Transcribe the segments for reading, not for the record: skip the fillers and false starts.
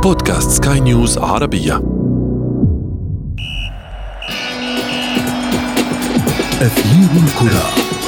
بودكاست سكاي نيوز عربية. أثير الكرة.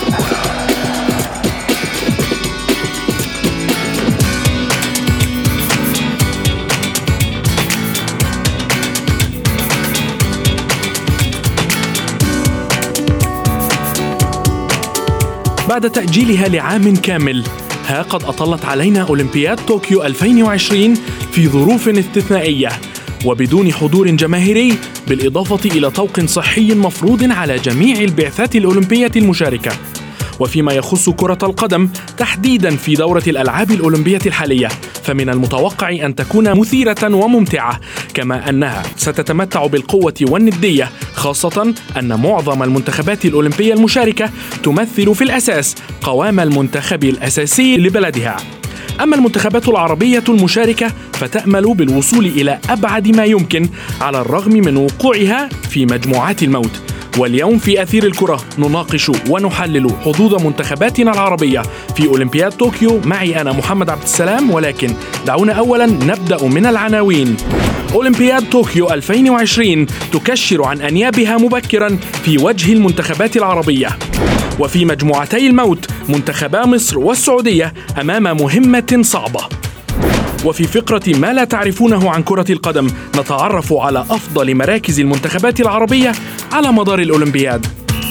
بعد تأجيلها لعام كامل، ها قد أطلت علينا أولمبياد طوكيو 2020 في ظروف استثنائية وبدون حضور جماهيري، بالإضافة إلى طوق صحي مفروض على جميع البعثات الأولمبية المشاركة. وفيما يخص كرة القدم تحديدا في دورة الألعاب الأولمبية الحالية، فمن المتوقع أن تكون مثيرة وممتعة، كما أنها ستتمتع بالقوة والندية، خاصة أن معظم المنتخبات الأولمبية المشاركة تمثل في الأساس قوام المنتخب الأساسي لبلدها. أما المنتخبات العربية المشاركة فتأمل بالوصول إلى أبعد ما يمكن على الرغم من وقوعها في مجموعات الموت. واليوم في أثير الكرة نناقش ونحلل حظوظ منتخباتنا العربية في أولمبياد طوكيو. معي أنا محمد عبد السلام، ولكن دعونا أولا نبدأ من العناوين. أولمبياد طوكيو 2020 تكشر عن أنيابها مبكرا في وجه المنتخبات العربية. وفي مجموعتي الموت منتخبا مصر والسعودية أمام مهمة صعبة. وفي فقرة ما لا تعرفونه عن كرة القدم نتعرف على أفضل مراكز المنتخبات العربية على مدار الأولمبياد.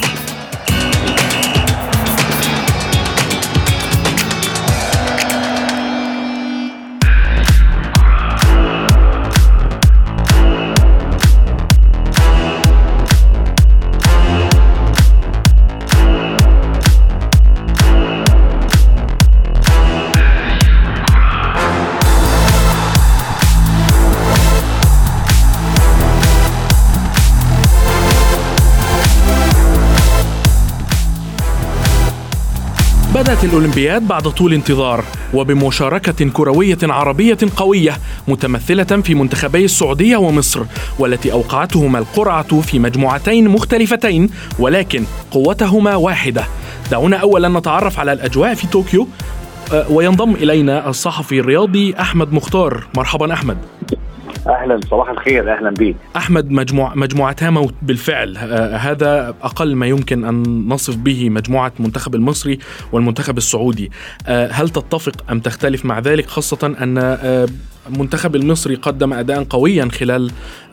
بدأت الأولمبياد بعد طول انتظار وبمشاركة كروية عربية قوية متمثلة في منتخبي السعودية ومصر، والتي أوقعتهما القرعة في مجموعتين مختلفتين ولكن قوتهما واحدة. دعونا أولا نتعرف على الأجواء في طوكيو، وينضم إلينا الصحفي الرياضي أحمد مختار. مرحبا أحمد. أهلا، صباح الخير، أهلا بك أحمد. مجموعتا موت بالفعل، هذا أقل ما يمكن أن نصف به مجموعة المنتخب المصري والمنتخب السعودي. هل تتفق أم تختلف مع ذلك، خاصة أن المنتخب المصري قدم أداء قويا خلال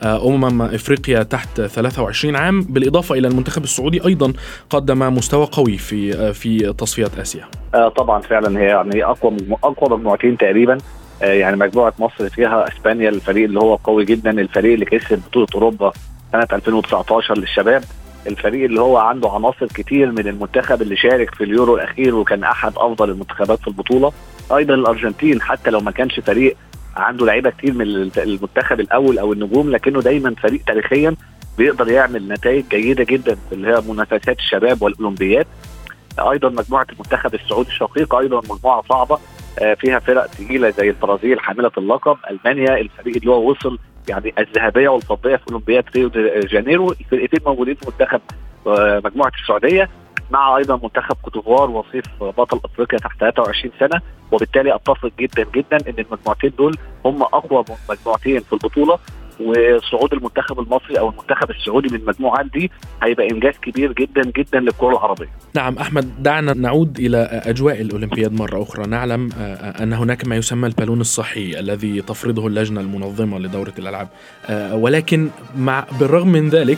إفريقيا تحت 23 عام، بالإضافة إلى المنتخب السعودي أيضا قدم مستوى قوي في تصفيات آسيا؟ طبعا فعلا هي يعني أقوى مجموعتين تقريبا. يعني مجموعة مصر فيها اسبانيا، الفريق اللي هو قوي جدا، الفريق اللي كسب بطولة اوروبا سنة 2019 للشباب، الفريق اللي هو عنده عناصر كتير من المنتخب اللي شارك في اليورو الاخير وكان احد افضل المنتخبات في البطولة. ايضا الارجنتين حتى لو ما كانش فريق عنده لعيبة كتير من المنتخب الاول او النجوم، لكنه دايما فريق تاريخيا بيقدر يعمل نتائج جيدة جدا في اللي هي منافسات الشباب والاولمبيات. ايضا مجموعة المنتخب السعودي الشقيق ايضا مجموعة صعبة، فيها فرق ثقيله زي البرازيل حامله اللقب، المانيا الفريق اللي هو وصل يعني الذهبيه والفضيه في اولمبياد ريو دي جانيرو، الفرقتين موجودين في منتخب مجموعه السعوديه، مع ايضا منتخب كوت ديفوار وصيف بطل افريقيا تحت 23 سنه. وبالتالي اتفق جدا جدا ان المجموعتين دول هم اقوى مجموعتين في البطوله، وصعود المنتخب المصري او المنتخب السعودي من المجموعات دي هيبقى انجاز كبير جدا جدا للكره العربيه. نعم أحمد، دعنا نعود إلى أجواء الأولمبياد مرة أخرى. نعلم أن هناك ما يسمى البالون الصحي الذي تفرضه اللجنة المنظمة لدورة الألعاب، ولكن بالرغم من ذلك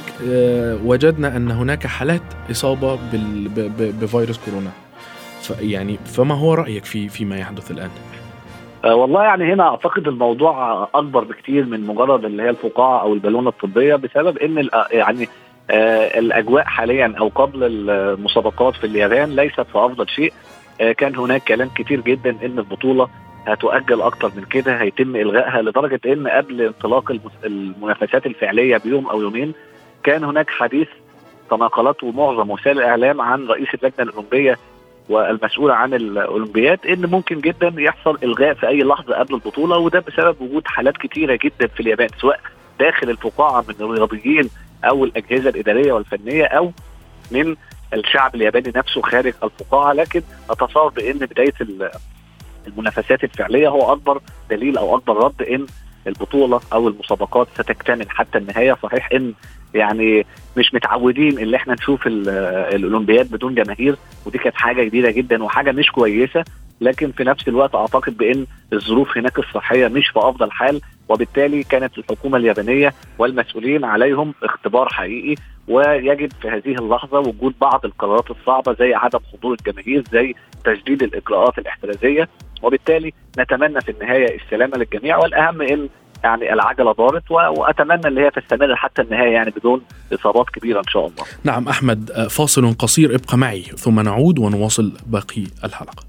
وجدنا أن هناك حالات إصابة بفيروس كورونا. فما هو رأيك فيما يحدث الآن؟ والله يعني هنا أعتقد الموضوع أكبر بكتير من مجرد اللي هي الفقاعة أو البالونة الطبية، بسبب إن يعني الأجواء حاليا أو قبل المسابقات في اليابان ليست في أفضل شيء. كان هناك كلام كتير جدا إن البطولة هتؤجل أكتر من كده، هيتم إلغائها، لدرجة إن قبل انطلاق المنافسات الفعلية بيوم أو يومين كان هناك حديث تناقلته معظم وسائل الإعلام عن رئيس اللجنة الأولمبية والمسؤولة عن الأولمبياد إن ممكن جدا يحصل إلغاء في أي لحظة قبل البطولة، وده بسبب وجود حالات كتيرة جدا في اليابان، سواء داخل الفقاعة من الرياضيين أو الأجهزة الإدارية والفنية أو من الشعب الياباني نفسه خارج الفقاعة. لكن أتصور بأن بداية المنافسات الفعلية هو أكبر دليل أو أكبر رد إن البطولة أو المسابقات ستكتمل حتى النهاية. صحيح إن يعني مش متعودين اللي احنا نشوف الأولمبياد بدون جماهير، ودي كانت حاجة جديدة جدا وحاجة مش كويسة، لكن في نفس الوقت أعتقد بأن الظروف هناك الصحية مش في أفضل حال، وبالتالي كانت الحكومة اليابانية والمسؤولين عليهم اختبار حقيقي، ويجب في هذه اللحظة وجود بعض القرارات الصعبة زي عدم حضور الجماهير، زي تجديد الإجراءات الاحترازية، وبالتالي نتمنى في النهاية السلامة للجميع، والأهم إن يعني العجلة دارت، وأتمنى أن هي تستمر حتى النهاية يعني بدون إصابات كبيرة إن شاء الله. نعم أحمد، فاصل قصير، ابقى معي ثم نعود ونواصل باقي الحلقة.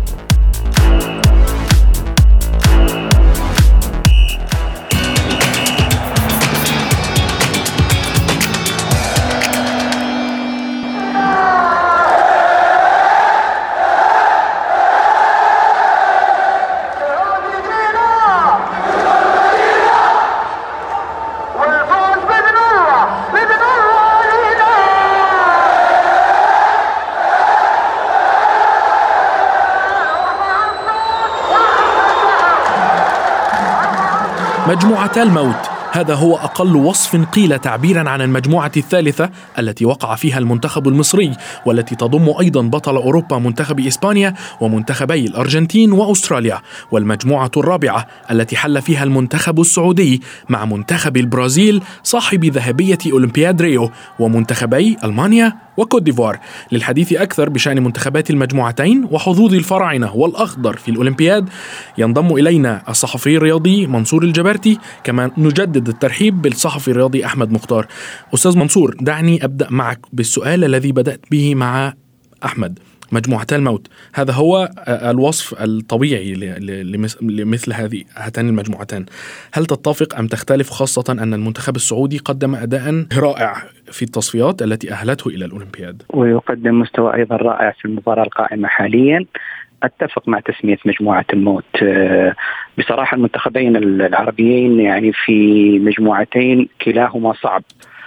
مجموعة الموت، هذا هو أقل وصف قيل تعبيرا عن المجموعة الثالثة التي وقع فيها المنتخب المصري، والتي تضم أيضا بطل أوروبا منتخب إسبانيا ومنتخبي الأرجنتين وأستراليا، والمجموعة الرابعة التي حل فيها المنتخب السعودي مع منتخب البرازيل صاحب ذهبية أولمبياد ريو ومنتخبي ألمانيا وكوت ديفوار. للحديث أكثر بشأن منتخبات المجموعتين وحظوظ الفراعنة والأخضر في الأولمبياد ينضم إلينا الصحفي الرياضي منصور الجبرتي، كما نجدد الترحيب بالصحفي الرياضي أحمد مختار. أستاذ منصور، دعني أبدأ معك بالسؤال الذي بدأت به مع أحمد. مجموعتا الموت، هذا هو الوصف الطبيعي لمثل هاتان المجموعتان. هل تتفق أم تختلف، خاصة أن المنتخب السعودي قدم أداء رائع في التصفيات التي أهلته إلى الأولمبياد، ويقدم مستوى أيضا رائع في المباراة القائمة حاليا؟ أتفق مع تسمية مجموعة الموت. بصراحة المنتخبين العربيين يعني في مجموعتين كلاهما صعب،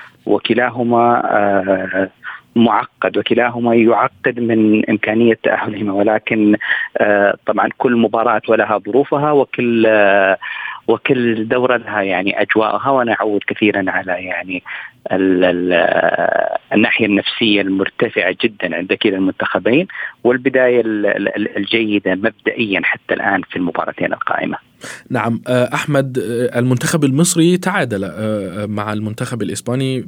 وكلاهما معقد، وكلاهما يعقد من إمكانية تأهلهما، ولكن طبعا كل مباراة ولها ظروفها، وكل دورة لها يعني أجواءها، ونعود كثيرا على يعني الناحية النفسية المرتفعة جدا عند كلا المنتخبين، والبداية الجيدة مبدئيا حتى الآن في المباراتين القائمة. نعم أحمد، المنتخب المصري تعادل مع المنتخب الإسباني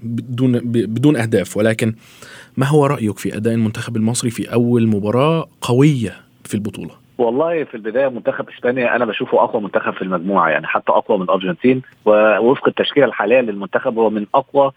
بدون أهداف، ولكن ما هو رأيك في أداء المنتخب المصري في أول مباراة قوية في البطولة؟ والله في البداية منتخب إسبانيا أنا بشوفه أقوى منتخب في المجموعة، يعني حتى أقوى من الأرجنتين، ووفق التشكيلة الحالية للمنتخب هو من أقوى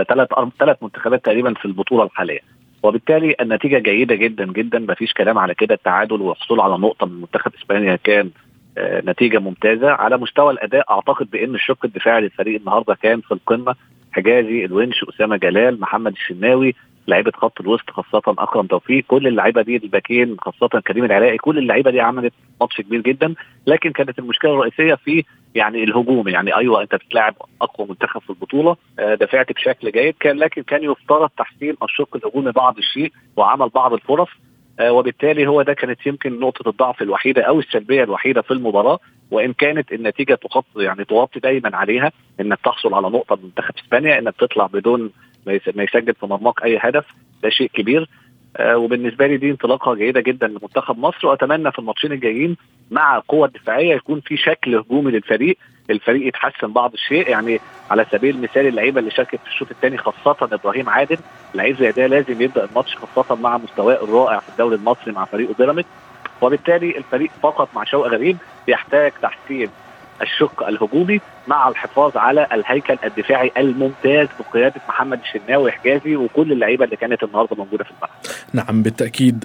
ثلاث منتخبات تقريبا في البطولة الحالية، وبالتالي النتيجة جيدة جدا جدا، مفيش كلام على كده. التعادل والحصول على نقطة من منتخب إسبانيا كان نتيجة ممتازة. على مستوى الأداء أعتقد بأن الشق الدفاعي للفريق النهاردة كان في القمة، حجازي، الونش، أسامة جلال، محمد الشناوي، لعيبه خط الوسط خاصه اكرم توفيق، كل اللعيبه دي، الباكين خاصه كريم العراقي، كل اللعيبه دي عملت ماتش كبير جدا. لكن كانت المشكله الرئيسيه في يعني الهجوم. يعني ايوه انت بتلاعب اقوى منتخب في البطوله، دفعت بشكل جيد، لكن كان يفترض تحسين الشق الهجومي بعض الشيء وعمل بعض الفرص، وبالتالي هو ده كانت يمكن نقطه الضعف الوحيده او السلبيه الوحيده في المباراه. وان كانت النتيجه توطي دايما عليها انك تحصل على نقطه من منتخب اسبانيا، انك تطلع بدون ما يسجل في مرماك اي هدف، ده شيء كبير. وبالنسبه لي دي انطلاقه جيده جدا لمنتخب مصر، واتمنى في الماتشين الجايين مع القوه الدفاعيه يكون في شكل هجومي للفريق، الفريق يتحسن بعض الشيء. يعني على سبيل المثال اللعيبه اللي شاركت في الشوط الثاني خاصه ابراهيم عادل، لعيب زي ده لازم يبدا الماتش خاصه مع مستواه الرائع في الدوري المصري مع فريقه بيراميدز، وبالتالي الفريق فقط مع شوقي غريب يحتاج تحسين الشق الهجومي مع الحفاظ على الهيكل الدفاعي الممتاز بقيادة محمد الشناوي حجازي وكل اللعيبة اللي كانت النهاردة موجودة في الملعب. نعم بالتأكيد.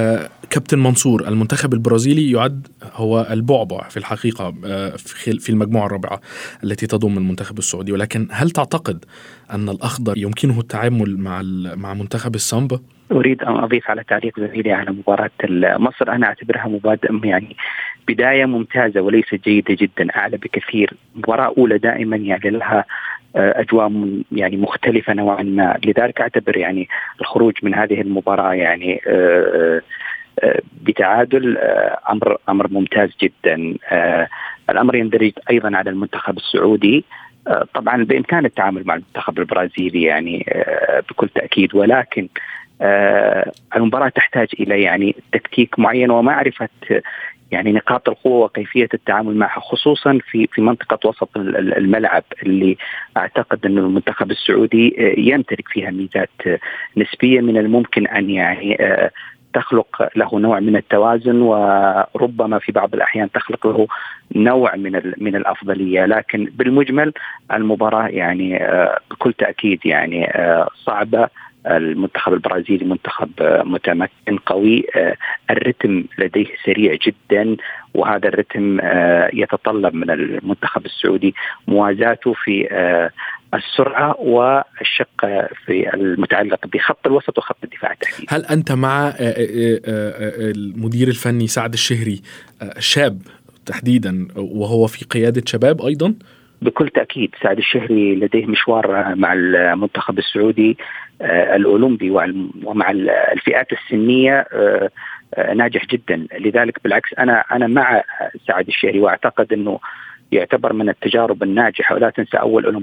كابتن منصور، المنتخب البرازيلي يعد هو البعبع في الحقيقة في المجموعة الرابعة التي تضم المنتخب السعودي، ولكن هل تعتقد أن الأخضر يمكنه التعامل مع منتخب السامبا؟ أريد أن أضيف على تعليق زميلي على مباراة مصر، أنا أعتبرها يعني بداية ممتازة وليس جيدة جدا، أعلى بكثير. مباراة أولى دائما يعني لها أجواء يعني مختلفة نوعا ما، لذلك أعتبر يعني الخروج من هذه المباراة يعني بتعادل أمر ممتاز جدا. الأمر يندرج أيضا على المنتخب السعودي. طبعا بإمكان التعامل مع المنتخب البرازيلي يعني بكل تأكيد، ولكن المباراة تحتاج إلى يعني تكتيك معين ومعرفة يعني نقاط القوة وكيفية التعامل معها، خصوصا في منطقة وسط الملعب اللي أعتقد أن المنتخب السعودي يمتلك فيها ميزات نسبية من الممكن أن يعني تخلق له نوع من التوازن، وربما في بعض الأحيان تخلق له نوع من الأفضلية. لكن بالمجمل المباراة يعني بكل تأكيد يعني صعبة. المنتخب البرازيلي منتخب متمكن قوي، الرتم لديه سريع جدا، وهذا الرتم يتطلب من المنتخب السعودي موازاته في السرعة والشق في المتعلق بخط الوسط وخط الدفاع تحديدا. هل أنت مع المدير الفني سعد الشهري شاب تحديدا وهو في قيادة شباب أيضا؟ بكل تأكيد سعد الشهري لديه مشوار مع المنتخب السعودي الأولمبي ومع الفئات السنية ناجح جدا. لذلك بالعكس أنا مع سعد الشهري، وأعتقد أنه يعتبر من التجارب الناجحة. ولا تنسى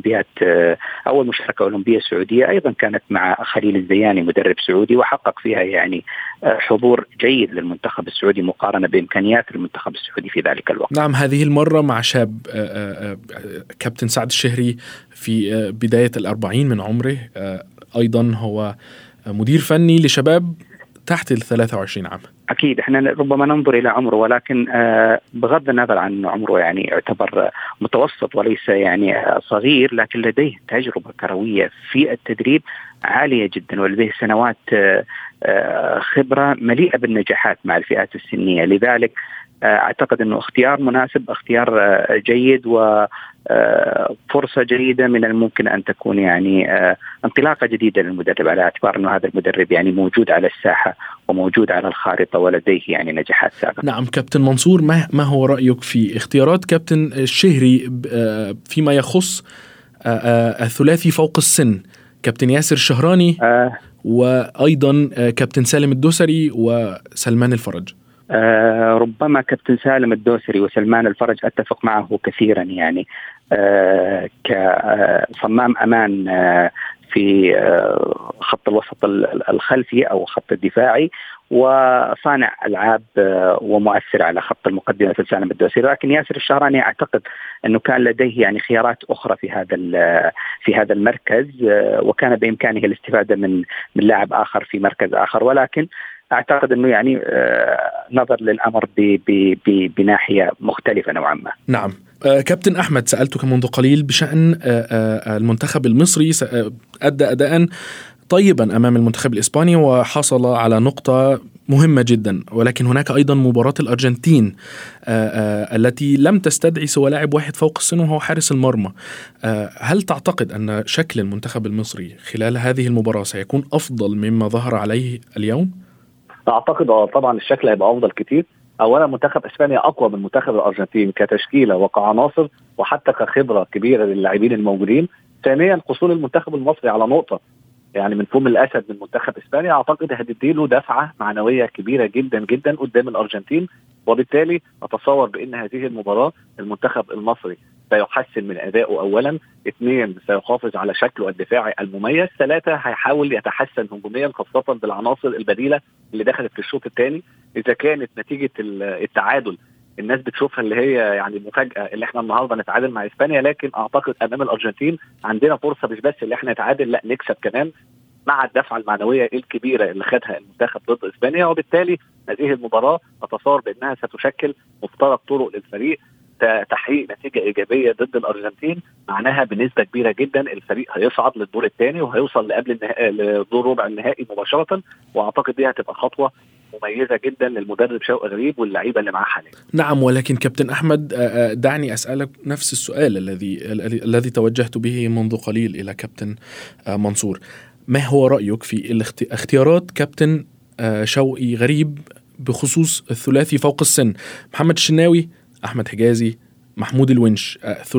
أول مشاركة أولمبية سعودية أيضا كانت مع خليل الزياني مدرب سعودي، وحقق فيها يعني حضور جيد للمنتخب السعودي مقارنة بإمكانيات المنتخب السعودي في ذلك الوقت. نعم، هذه المرة مع شاب كابتن سعد الشهري في بداية 40 من عمره، أيضا هو مدير فني لشباب تحت 23 عام. أكيد إحنا ربما ننظر إلى عمره، ولكن بغض النظر عن عمره يعني يعتبر متوسط وليس يعني صغير، لكن لديه تجربة كروية في التدريب عالية جدا، ولديه سنوات خبرة مليئة بالنجاحات مع الفئات السنية. لذلك أعتقد أنه اختيار مناسب، اختيار جيد، وفرصة جيدة من الممكن أن تكون يعني انطلاقة جديدة للمدرب، على اعتبار أنه هذا المدرب يعني موجود على الساحة وموجود على الخارطة ولديه يعني نجاحات سابقة. نعم كابتن منصور، ما هو رأيك في اختيارات كابتن الشهري فيما يخص الثلاثي فوق السن، كابتن ياسر الشهراني وأيضا كابتن سالم الدوسري وسلمان الفرج؟ ربما كابتن سالم الدوسري وسلمان الفرج أتفق معه كثيرا، يعني كصمام أمان في خط الوسط الخلفي أو خط الدفاعي، وصانع ألعاب ومؤثر على خط المقدمة في سالم الدوسري. لكن ياسر الشهراني أعتقد أنه كان لديه يعني خيارات أخرى في هذا المركز، وكان بإمكانه الاستفادة من لاعب آخر في مركز آخر، ولكن أعتقد أنه يعني نظر للأمر بناحية مختلفة نوعا ما. نعم كابتن أحمد، سألتك منذ قليل بشأن المنتخب المصري، أدى أداء طيبا أمام المنتخب الإسباني وحصل على نقطة مهمة جدا، ولكن هناك أيضا مباراة الأرجنتين التي لم تستدعي سوى لاعب واحد فوق السن وهو حارس المرمى. هل تعتقد أن شكل المنتخب المصري خلال هذه المباراة سيكون أفضل مما ظهر عليه اليوم؟ أعتقد طبعا الشكل هيبقى أفضل كتير. أولا منتخب إسبانيا أقوى من منتخب الأرجنتين كتشكيلة وكعناصر وحتى كخبرة كبيرة للاعبين الموجودين. ثانيا حصول المنتخب المصري على نقطة يعني من فم الأسد من منتخب إسبانيا أعتقد هتديله دفعة معنوية كبيرة جدا جدا قدام الأرجنتين، وبالتالي أتصور بأن هذه المباراة المنتخب المصري سيحسن من أدائه أولا، 2 سيحافظ على شكله الدفاعي المميز، 3 هيحاول يتحسن هجوميا خاصة بالعناصر البديلة اللي دخلت في الشوط الثاني. إذا كانت نتيجة التعادل الناس بتشوفها اللي هي يعني مفاجأة اللي احنا النهاردة نتعادل مع إسبانيا، لكن أعتقد أمام الأرجنتين عندنا فرصة مش بس اللي احنا نتعادل، لا نكسب كمان مع الدفعة المعنوية الكبيرة اللي خدها المنتخب ضد إسبانيا. وبالتالي هذه المباراة أتصور بأنها ستشكل مفترق طرق للفريق تحقيق نتيجة إيجابية ضد الأرجنتين، معناها بنسبة كبيرة جدا الفريق هيصعد للدور الثاني وهيوصل لقبل لدور ربع النهائي مباشرة، وأعتقد دي هتبقى خطوة مميزة جدا للمدرب شوقي غريب واللعيبة اللي معاه حاليا. نعم، ولكن كابتن أحمد دعني أسألك نفس السؤال الذي توجهت به منذ قليل إلى كابتن منصور. ما هو رأيك في اختيارات كابتن شوقي غريب بخصوص الثلاثي فوق السن، محمد الشناوي، أحمد حجازي، محمود الونش،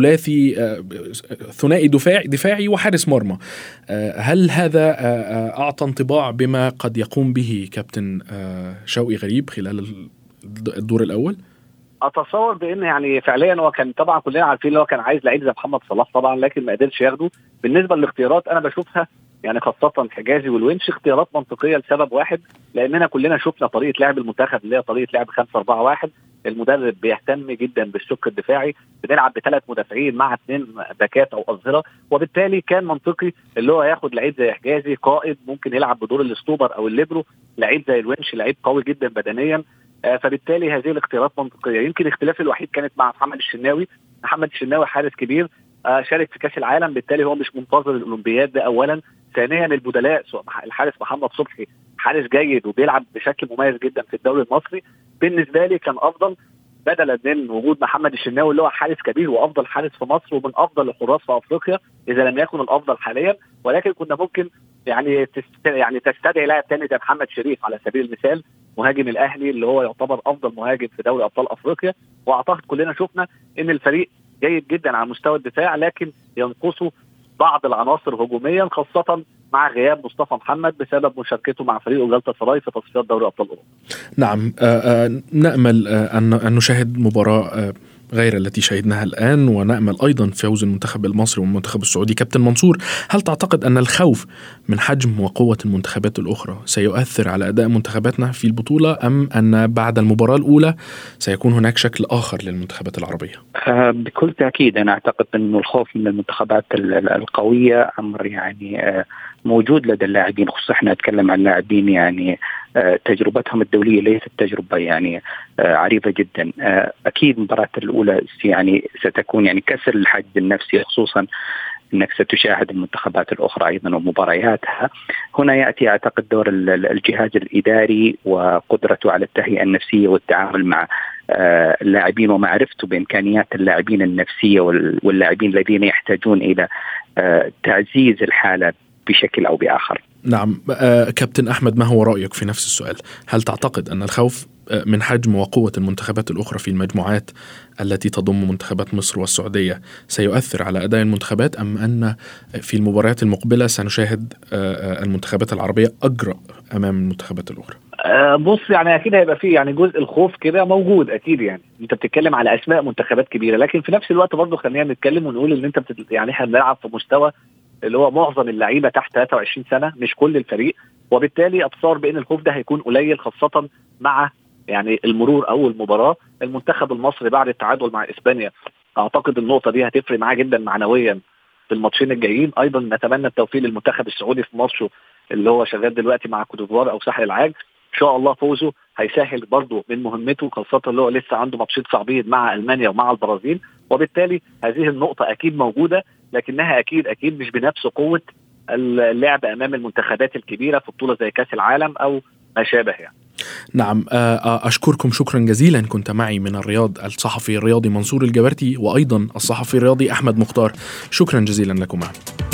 ثنائي دفاعي وحارس مرمى؟ هل هذا أعطى انطباع بما قد يقوم به كابتن شوقي غريب خلال الدور الأول؟ اتصور بان يعني فعليا هو كان طبعا كلنا عارفين هو كان عايز لعيب زي محمد صلاح طبعا، لكن ما قدرش ياخده. بالنسبه للاختيارات انا بشوفها يعني خاصه حجازي والونش اختيارات منطقيه لسبب واحد، لاننا كلنا شفنا طريقه لعب المنتخب اللي هي طريقه لعب 5-4-1. المدرب بيهتم جدا بالشق الدفاعي، بنلعب ب3 مدافعين مع 2 باكات او اظهره، وبالتالي كان منطقي اللي هو ياخد لعيب زي حجازي قائد ممكن يلعب بدور الاستوبر او الليبرو، لعيب زي الونش لعيب قوي جدا بدنيا. فبالتالي هذه الاختيارات منطقيه. يمكن الاختلاف الوحيد كانت مع محمد الشناوي. محمد الشناوي حارس كبير شارك في كاس العالم، بالتالي هو مش منتظر الاولمبياد ده اولا. ثانيا البدلاء الحارس محمد صبحي حارس جيد وبيلعب بشكل مميز جدا في الدوري المصري. بالنسبه لي كان افضل بدلا من وجود محمد الشناوي اللي هو حارس كبير وافضل حارس في مصر ومن افضل الحراس في افريقيا اذا لم يكن الافضل حاليا، ولكن كنا ممكن يعني تستدعي لاعب ثاني زي محمد شريف على سبيل المثال، مهاجم الاهلي اللي هو يعتبر افضل مهاجم في دوري ابطال افريقيا. واعتقد كلنا شفنا ان الفريق جيد جدا على مستوى الدفاع، لكن ينقصه بعض العناصر هجوميا خاصه مع غياب مصطفى محمد بسبب مشاركته مع فريق جلطة سراي في تصفيات دوري ابطال اوروبا. نعم، نأمل أن نشاهد مباراة غير التي شاهدناها الآن، ونأمل أيضا فوز المنتخب المصري والمنتخب السعودي. كابتن منصور، هل تعتقد أن الخوف من حجم وقوة المنتخبات الأخرى سيؤثر على أداء منتخباتنا في البطولة، أم أن بعد المباراة الأولى سيكون هناك شكل آخر للمنتخبات العربية؟ بكل تأكيد أنا أعتقد أن الخوف من المنتخبات القوية أمر يعني موجود لدى اللاعبين، خصوصا احنا نتكلم عن لاعبين يعني تجربتهم الدولية ليست تجربة يعني عريضة جدا. أكيد المباراة الأولى يعني ستكون يعني كسر الحاجز النفسي، خصوصا أنك ستشاهد المنتخبات الأخرى أيضا ومبارياتها. هنا يأتي أعتقد دور الجهاز الإداري وقدرته على التهيئة النفسية والتعامل مع اللاعبين ومعرفته بإمكانيات اللاعبين النفسية واللاعبين الذين يحتاجون إلى تعزيز الحالة بشكل أو بآخر. نعم، كابتن أحمد، ما هو رأيك في نفس السؤال؟ هل تعتقد أن الخوف من حجم وقوة المنتخبات الأخرى في المجموعات التي تضم منتخبات مصر والسعودية سيؤثر على أداء المنتخبات، أم أن في المباريات المقبلة سنشاهد المنتخبات العربية أجرأ أمام المنتخبات الأخرى؟ بص يعني أكيد هيبقى فيه يعني جزء الخوف كده موجود أكيد. يعني أنت بتتكلم على أسماء منتخبات كبيرة، لكن في نفس الوقت برضو خلينا نتكلم ونقول إن أنت يعني إحنا بنلعب في مستوى اللي هو معظم اللعيبة تحت 23 سنة، مش كل الفريق، وبالتالي أتصور بأن الخوف ده هيكون قليل خاصة مع يعني المرور أول مباراة. المنتخب المصري بعد التعادل مع إسبانيا أعتقد النقطة دي هتفرق معاه جدا معنويا في الماتشين الجايين. أيضا نتمنى التوفيق للمنتخب السعودي في ماتشه اللي هو شغال دلوقتي مع كوت ديفوار أو ساحل العاج. إن شاء الله فوزه هيسهل برضه من مهمته، خاصة اللي هو لسه عنده ماتشين صعبين مع ألمانيا ومع البرازيل، وبالتالي هذه النقطة أكيد موجودة، لكنها أكيد مش بنفس قوة اللعب أمام المنتخبات الكبيرة في بطولة زي كأس العالم أو ما شابه يعني. نعم، أشكركم شكرا جزيلا. كنت معي من الرياض الصحفي الرياضي منصور الجبرتي، وأيضا الصحفي الرياضي أحمد مختار. شكرا جزيلا لكما.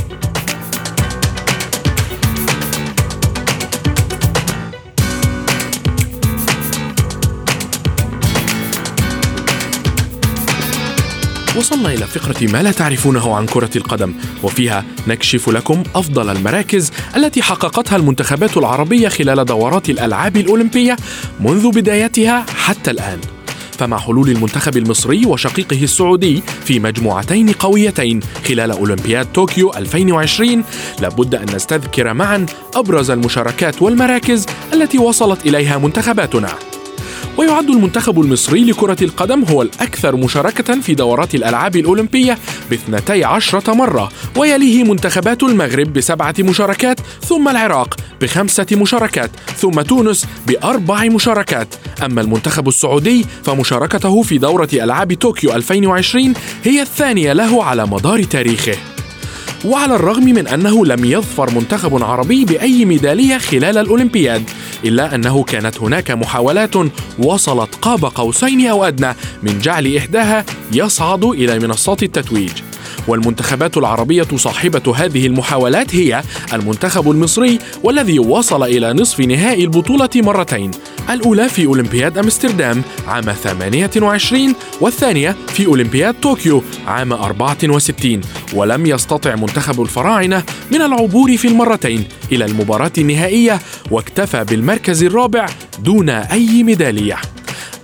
وصلنا إلى فقرة ما لا تعرفونه عن كرة القدم، وفيها نكشف لكم أفضل المراكز التي حققتها المنتخبات العربية خلال دورات الألعاب الأولمبية منذ بدايتها حتى الآن. فمع حلول المنتخب المصري وشقيقه السعودي في مجموعتين قويتين خلال أولمبياد طوكيو 2020، لابد أن نستذكر معا أبرز المشاركات والمراكز التي وصلت إليها منتخباتنا. ويعد المنتخب المصري لكرة القدم هو الأكثر مشاركة في دورات الألعاب الأولمبية ب12 مرة، ويليه منتخبات المغرب ب7 مشاركات، ثم العراق ب5 مشاركات، ثم تونس ب4 مشاركات. أما المنتخب السعودي فمشاركته في دورة ألعاب طوكيو 2020 هي الثانية له على مدار تاريخه. وعلى الرغم من أنه لم يظفر منتخب عربي بأي ميدالية خلال الأولمبياد، إلا أنه كانت هناك محاولات وصلت قاب قوسين أو أدنى من جعل إحداها يصعد إلى منصات التتويج. والمنتخبات العربية صاحبة هذه المحاولات هي المنتخب المصري، والذي وصل إلى نصف نهائي البطولة مرتين، الأولى في أولمبياد أمستردام عام 28 والثانية في أولمبياد طوكيو عام 64. ولم يستطع منتخب الفراعنة من العبور في المرتين إلى المباراة النهائية، واكتفى بالمركز الرابع دون أي ميدالية.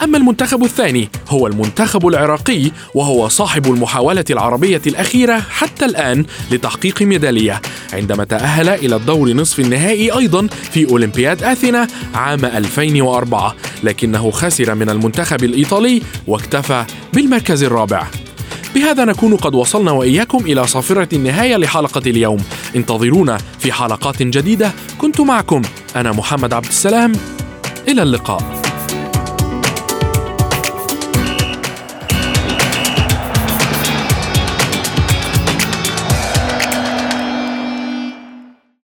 أما المنتخب الثاني هو المنتخب العراقي، وهو صاحب المحاولة العربية الأخيرة حتى الآن لتحقيق ميدالية، عندما تأهل إلى الدور نصف النهائي أيضا في أولمبياد آثينا عام 2004، لكنه خسر من المنتخب الإيطالي واكتفى بالمركز الرابع. بهذا نكون قد وصلنا وإياكم إلى صافرة النهاية لحلقة اليوم. انتظرونا في حلقات جديدة. كنت معكم أنا محمد عبد السلام، إلى اللقاء.